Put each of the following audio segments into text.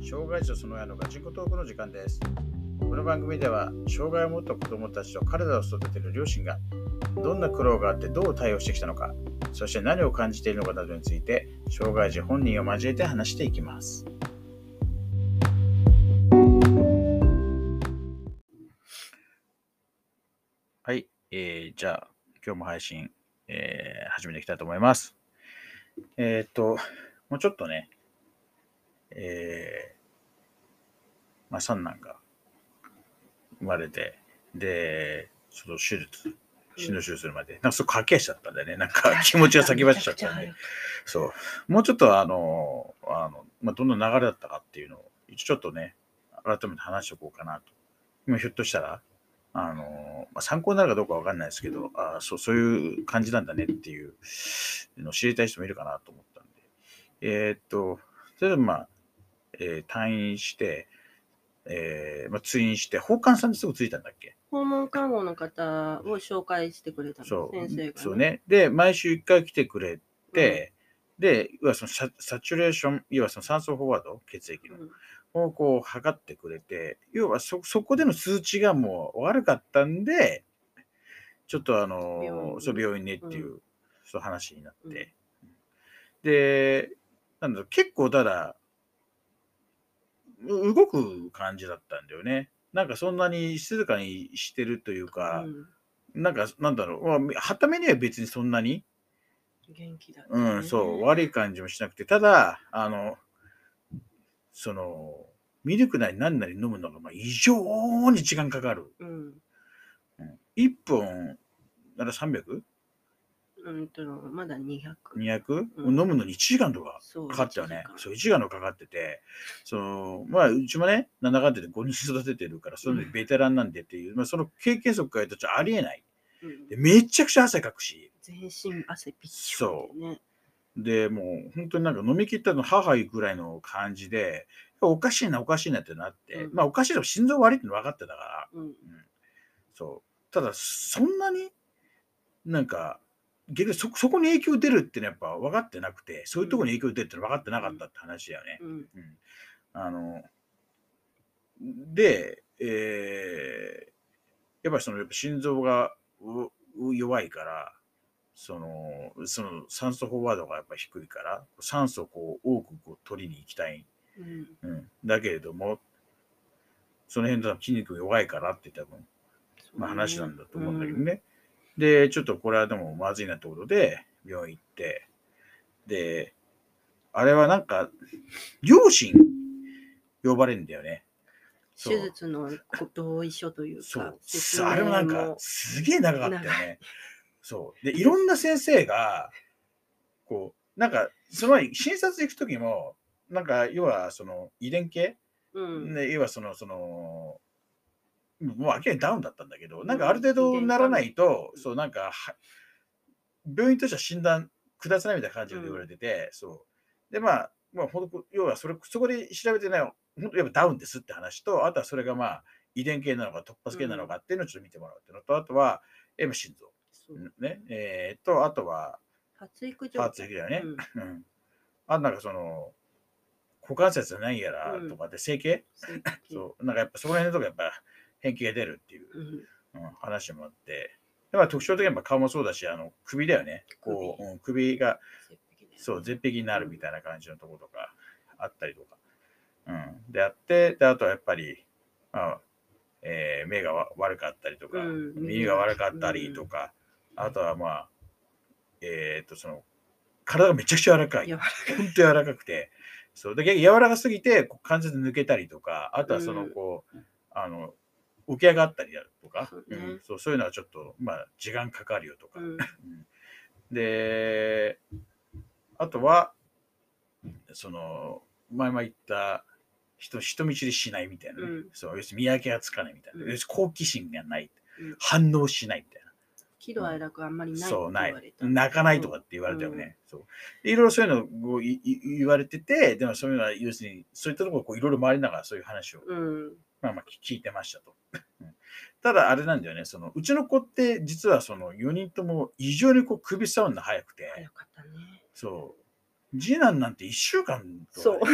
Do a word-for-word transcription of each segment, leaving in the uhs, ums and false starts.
障害児とその親のガチンコトークの時間です。この番組では障害を持った子どもたちと彼らを育てる両親がどんな苦労があってどう対応してきたのか、そして何を感じているのかなどについて障害児本人を交えて話していきます。はい、えー、じゃあ今日も配信、えー、始めていきたいと思います。えっ、ー、ともうちょっとね、えー、まあ三男が生まれて、で、ちょっと手術、死の手術するまで、なんかそう駆けしちゃったんだよね。なんか気持ちが先走っちゃったんで、そう、もうちょっとあの、あの、まあ、どんな流れだったかっていうのを、一応ちょっとね、改めて話しておこうかなと。今ひょっとしたら、あの、まあ、参考になるかどうかわかんないですけど、あそう、そういう感じなんだねっていうのを知りたい人もいるかなと思ったんで。えー、っと、それでまあ、えー、退院して、えーまあ、通院して、訪韓さんですぐ着いたんだっけ？ 訪問看護の方を紹介してくれたの、 そう先生が、ね。 そうね。で、毎週いっかい来てくれて、うん、で、要はそのササチュレーション、要はその酸素飽和度、血液の、うん、をこう測ってくれて、要は そ, そこでの数値がもう悪かったんで、ちょっとあの、病院, そう病院ねっていう、うん、そう話になって。うん、で、なんだろう、結構ただ、動く感じだったんだよね。なんかそんなに静かにしてるというか、うん、なんかなんだろう、まあ、はためには別にそんなに元気だった、 ね、うん、そう悪い感じもしなくて、ただあのそのミルクなり何なり飲むのがまあ異常に時間かかる。うんうん、いっぷんならさんびゃく？ うんとまだにひゃく。 にひゃく？うん、飲むのにいちじかんとかかかったよね。そう、いちじかんのかかってて、そのまあうちもね、なんだかんだでごにん育ててるから、そのベテランなんでっていう、うん、まあその経験則から言うとありえない。うん、でめちゃくちゃ汗かくし。 全身汗びっちょりでね。 そう。で、もう本当になんか飲み切ったの母いぐらいの感じで、おかしいなおかしいなってなって、うん、まあおかしいの心臓悪いっての分かってたから、うんうん、そう。ただそんなになんか逆に そ, そこに影響出るってのはやっぱ分かってなくて、そういうところに影響出るっての分かってなかったって話だよね。うんうん、あので、えー、やっぱりそのやっぱ心臓が弱いから、そのその酸素飽和度がやっぱ低いから、酸素をこう多くこう取りに行きたい、うんうん、だけれども、その辺の筋肉が弱いからって多分、まあ、話なんだと思うんだけどね。うん、で、ちょっとこれはでもまずいなってことで病院行って、で、あれはなんか両親呼ばれるんだよね。 手術の同意書というか、 そう、あれもなんかすげえ長かったよね。そうで、いろんな先生がこうなんかその前に診察行く時もなんか要はその遺伝系、うん、ね、要はそのそのもう明らかにダウンだったんだけど、なんかある程度ならないと、うん、そうなんか病院としては診断下せないみたいな感じで言われてて、うん、そうでまあまあ本当要はそれそこで調べてない本当やっぱダウンですって話と、あとはそれがまあ遺伝系なのか突発系なのかっていうのをちょっと見てもらうっていうのと、あとはやっぱ心臓ね、えー、とあとは発育状態。 発育だよね。うん。あ、なんかその股関節がないやらとかで整形、うん、そうなんかやっぱそこら辺のとこやっぱ変形が出るっていう、うんうん、話もあって、だから特徴的にやっぱ顔もそうだし、あの首だよね。こう、うん、首がそう絶壁になるみたいな感じのところとかあったりとか、うん、であって、であとはやっぱり、まあえー、目が悪かったりとか、うん、耳が悪かったりとか、うん、あとはまあえっ、ー、とその体がめちゃくちゃ柔らかい。本当柔らかくて、そうで柔らかすぎて関節抜けたりとか、あとはそのこう、うん、あの起き上がったりだとか、そう、ね、うん、そう、そういうのはちょっとまあ時間かかるよとか、うん、で、あとはその前々言った人人見知りしないみたいなね、うん、そう要するに見分けがつかないみたいな、うん、要するに好奇心がない、うん、反応しないみたいな。 喜怒哀楽あんまりないって言われた。そう、ない。泣かないとかって言われたよね。うん、そうでいろいろそういうのを言われてて、でもそういうのは要するにそういったところをいろいろ回りながらそういう話を、うん、まあまあ聞いてましたと。ただあれなんだよね、そのうちの子って実はそのよにんとも異常にこう首触るの早くて、 早かったね。 そう次男なんていっしゅうかんとかで、ね、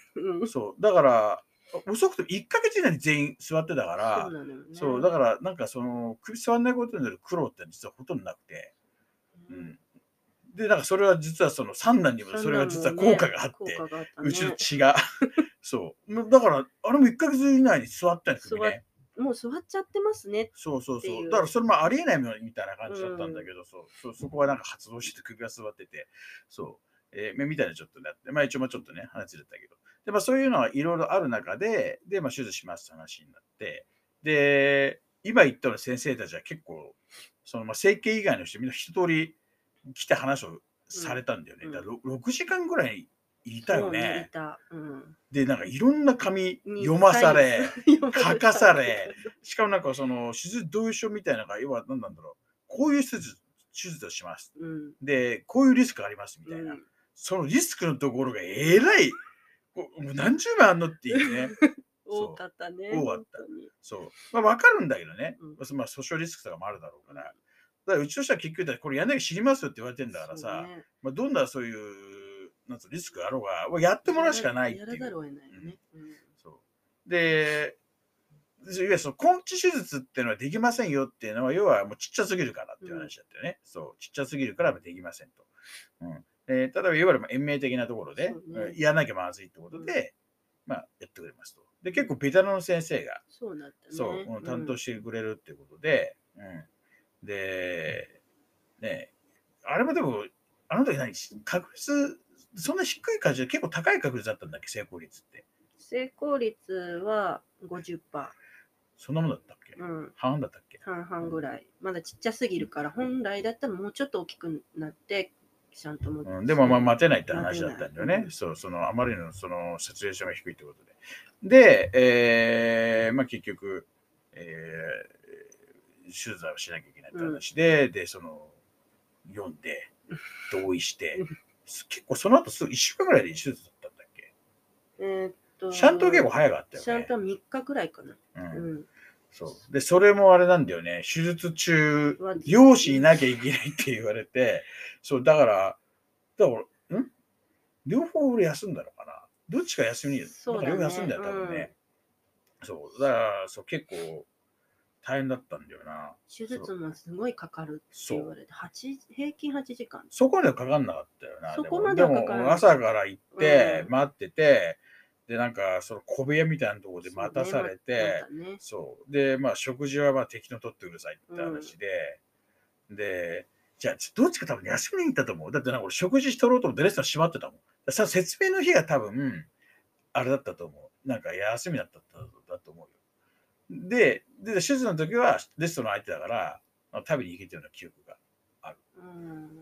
うん。 そう。だから、遅くてもいっかげつ以内に全員座ってたかそうら、 なのよね。 そう、だからなんかその、首座んないことになる苦労って実はほとんどなくて。ううん。 ん。で、なんかそれは実はその三男にもそれが三男実は効もね、 果があっ効て、 果があったうちのね。 血が。そう。もうだから、あれもいっかげつ以内に座ったんよ、首座っね。 もう座っちゃってますねそうそうそう。 っていう。 だからそれもありえないものみたいな感じだったんだうん。 けど、そう、そうそこはなんか発動して首が座ってて、そう、えー、目みたいなちょっとね、まあ一応まあちょっとね、話ずれたけど。で、まあそういうのはいろいろある中で、で、まあ手術しますって話になって、で、今言ったの先生たちは結構、そのまあ整形以外の人みんな一通り来て話をされたんだよね。 うんだからろくじかんぐらいいたそうね、いよね。 た。うん。 で、なんかいろんな紙に読まさサインれ、 読ま書かされ、 れしかもなんかその手術同意書みたいなのが、要は何なんだろう。こういう手術、手術をします。 うん。 で、こういうリスクがありますみたいな。 うん。 そのリスクのところがえらい、こうもう何十枚あんのっていうね。 多そう。 かったね。 多かった本当に。 そう。まあわかるんだけどね。 うんまあ訴訟リスクとかもあるだろうから。だからうちとしては結局これやんなきゃ知りますよって言われてんだからさ、 ね、 まあどんなそういうなんつうリスクがあろうが、もうやってもらうしかないっていう。 やらざるを得ないよね。うん、 そうで、いわゆるその根治手術っていうのはできませんよっていうのは、要はもうちっちゃすぎるからっていう話だったよね。うん、そう、ちっちゃすぎるからできませんと。うんえー、例えば、いわゆる延命的なところで、ね、やらなきゃまずいってことで、うん、まあ、やってくれますと。で、結構ベテランの先生が、 そうだったね。 そう、担当してくれるっていうことで、うん、で、ね、あれもでも、あの時何、確率、そんな低い感じで結構高い確率だったんだっけ、成功率って。 成功率は ごじゅっパーセント。 そんなもんだったっけ、 うん、 半々だったっけ半々ぐらい。まだちっちゃすぎるから、本来だったらもうちょっと大きくなって、ちゃんとも、 うん、でもまあ待てないって話だったんだよね。 うん、 そう、そのあまりのそのサチュレーションが低いってことで。で、えー、まあ結局、えー、手術をしなきゃいけないって話で、うん、で、その、読んで、同意して、結構その後すぐいっしゅうかんぐらいで手術だったんだっけ。 えー、っと、 シャント結構早かったよね。 シャントはみっかぐらいかな。 うん。 うん、 そう。で、それもあれなんだよね。手術中、養子いなきゃいけないって言われて、そう、だから、だから、ん両方俺休んだのかなどっちか休み、 そうだね、 両方休んだよ、多分ね。うん、そう。だから、そう、結構大変だったんだよな。 手術もすごいかかるって言われて、平均はちじかん。 そこまではかかんなかったよな。 そこまではかかでも、朝から行って、 うん、 待ってて、で、なんか、その小部屋みたいなところで待たされて、そう、ねね、そうで、まあ、食事はまあ適当に取ってくださいって話で、うん、で、じゃあ、どっちか多分休みに行ったと思う。だってなんか俺食事しとろうと思ってレストラン閉まってたもん。さ説明の日が多分、あれだったと思う。なんか休みだっただと思うよ。で、で、手術の時はレストラン空いてたから、食べに行けてるような記憶がある。うん、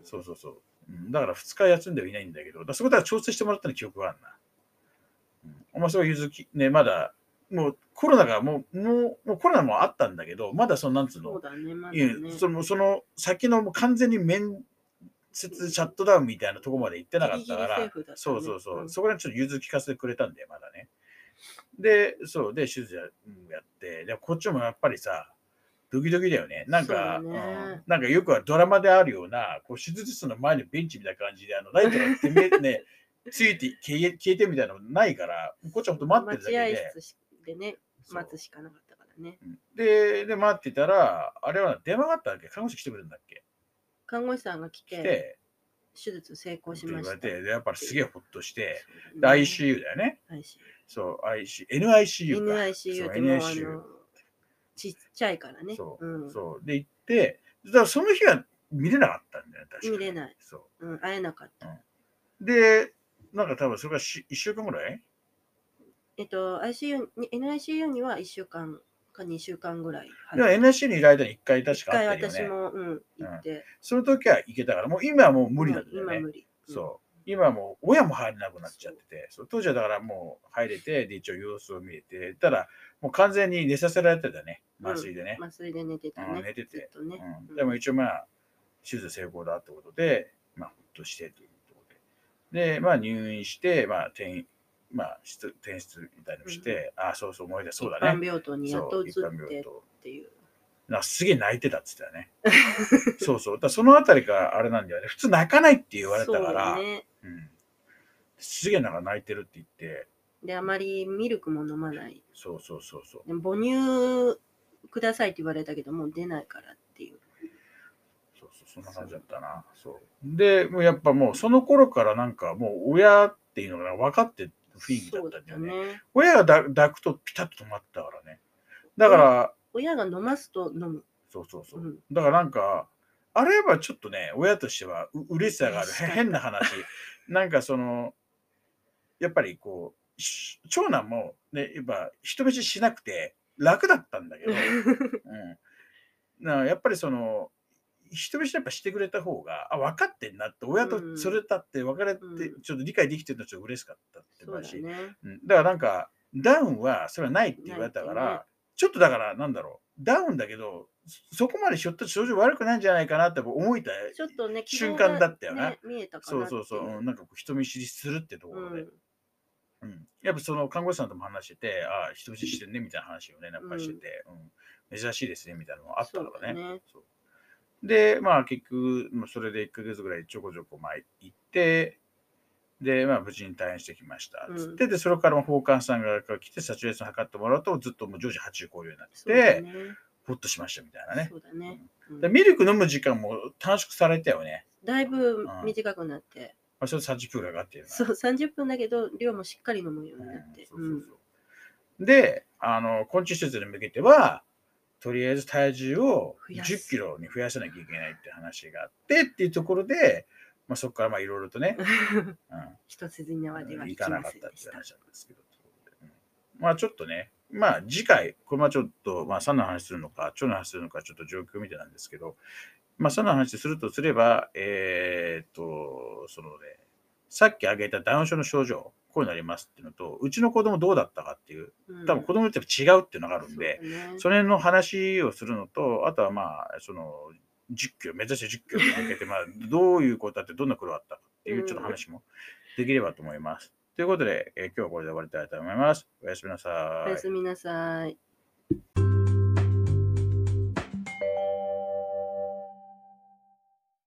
そうそうそう。だからふつか休んではいないんだけど、だそこで調整してもらったの記憶があるな。お前それゆずき、ね、まだ、もうコロナがもう、もう、もうコロナもあったんだけど、まだその、なんつうの、 そうだね、まだね、 その、その先のもう完全に面接シャットダウンみたいなところまで行ってなかったから、ギリギリね、そうそうそう、うん、そこら辺ちょっと融通聞かせてくれたんだよ、まだね。で、そう、で、手術やって、で、こっちもやっぱりさ、ドキドキだよね。なんか、ね、うん、なんかよくはドラマであるような、こう手術室の前のベンチみたいな感じで、あのライトがてめね、ついて消え消えてみたいなのないから、こっちはほんと待ってるだけで。 待合室でね、待つしかなかったからね。 で、で待ってたら、あれは電話があったんだっけ看護師来てくれるんだっけ看護師さんが来て、来て手術成功しましたって言われて、 でやっぱりすげえほっとして、ね、アイシーユー だよね。 アイシーユーそう、アイシーユー、エヌアイシーユー か。 エヌアイシーユー ってもうあの、ちっちゃいからね。 そう、うん、そう。で、行って、だからその日は見れなかったんだよ、確かに。 見れない。そう。うん、会えなかった。 うん、で、なんか多分それがいっしゅうかんぐらいえっと、アイシーユー に、エヌアイシーユー にはいっしゅうかんかにしゅうかんぐらい。 でも エヌアイシーユー にいる間にいっかい確かあったよね。 いっかい私も、うん、行って、うん。 その時は行けたから、もう今はもう無理なんだよね。 今無理。 うん、そう。今はもう親も入れなくなっちゃってて、そう当時はだからもう入れて、で一応様子を見れて、ただもう完全に寝させられてたね、麻酔でね。 うん、麻酔で寝てたね。 うん、寝てて。 ねうん。でも一応まあ、手術成功だってことで、まあ、ほっとしてというところで。で、まあ入院して、まあ転院、まあ、転出みたいのして、うん、あ、そうそう思い出そうだね。 一般病棟にやっと移ってっていう。 なんかすげえ泣いてたっつったよね。そうそう。だそのあたりからあれなんだよね。普通泣かないって言われたから、ね、うん、すげえなんか泣いてるって言って、 で、あまりミルクも飲まない。 そうそうそうそう。 でも母乳くださいって言われたけど、もう出ないからっていう。 そうそう、そんな感じだったな。そう。で、もうやっぱもうその頃からなんかもう親っていうのが分かってる雰囲気だったんだよね。 ね親がだ抱くとピタッと止まったからね。だから、 親が飲ますと飲む。 そうそうそう。 うん、 だからなんか、あれはちょっとね、親としてはう嬉しさがある。へ変な話。なんかその、やっぱりこう、長男もね、やっぱ人見知りしなくて楽だったんだけど、うん。なやっぱりその、人見知りやっぱしてくれた方が、あ、分かってんなって、親とそれたって別れて、ちょっと理解できてるのはちょっと嬉しかったってそうだし、 ね。 うん、だからなんか、ダウンはそれはないって言われたから、ちょっとだからなんだろう、ダウンだけど、そこまでひょっとして症状悪くないんじゃないかなって思いたちょっとね、 瞬間だったよな。 ね、見えたかそうなっていう。 そうそう、うん、なんかこう人見知りするってところで。 うんうん、やっぱその看護師さんとも話してて、ああ、人見知りしてんねみたいな話をね、やっぱりしてて、うん、珍しいですねみたいなのもあったからね。 ねそうで、まあ結局、まあ、それでいっかげつぐらいちょこちょこまあ行って、で、まあ無事に退院してきました。つって、で、それからも訪韓さんが来て、サチュレーション測ってもらうと、ずっともう常時はちじゅうごようになって、ほっとしましたみたいなね。 そうだね。 でミルク飲む時間も短縮されたよね。 だいぶ短くなって。 まあ、それさんじゅっぷんぐらい上がってるそう、さんじゅっぷんだけど、量もしっかり飲むようになって。 そうそうそう。で、あの、昆虫施設に向けては、とりあえず体重をじゅっキロに増やさなきゃいけないって話があってっていうところで、まあ、そこからまあいろいろとね、 うん、一筋縄ではいかなかったっていう話なんですけど、うん、まあちょっとね、まあ次回、これはちょっと、まあさんの話するのか、ちょの話するのか、ちょっと状況みたいなんですけど、まあさんの話するとすれば、えー、っと、そのね、さっき挙げたダウン症の症状、こういうのありますっていうのと、うちの子供どうだったかっていう、多分子供によって違うっていうのがあるんで、うんそね、それの話をするのと、あとはまあ、その、じゅっキロ、目指してじゅっキロに向けて、まあ、どういうことだって、どんな苦労あったかっていうちょっと話もできればと思います。ということで、えー、今日はこれで終わりたいと思います。おやすみなさい。 おやすみなさい。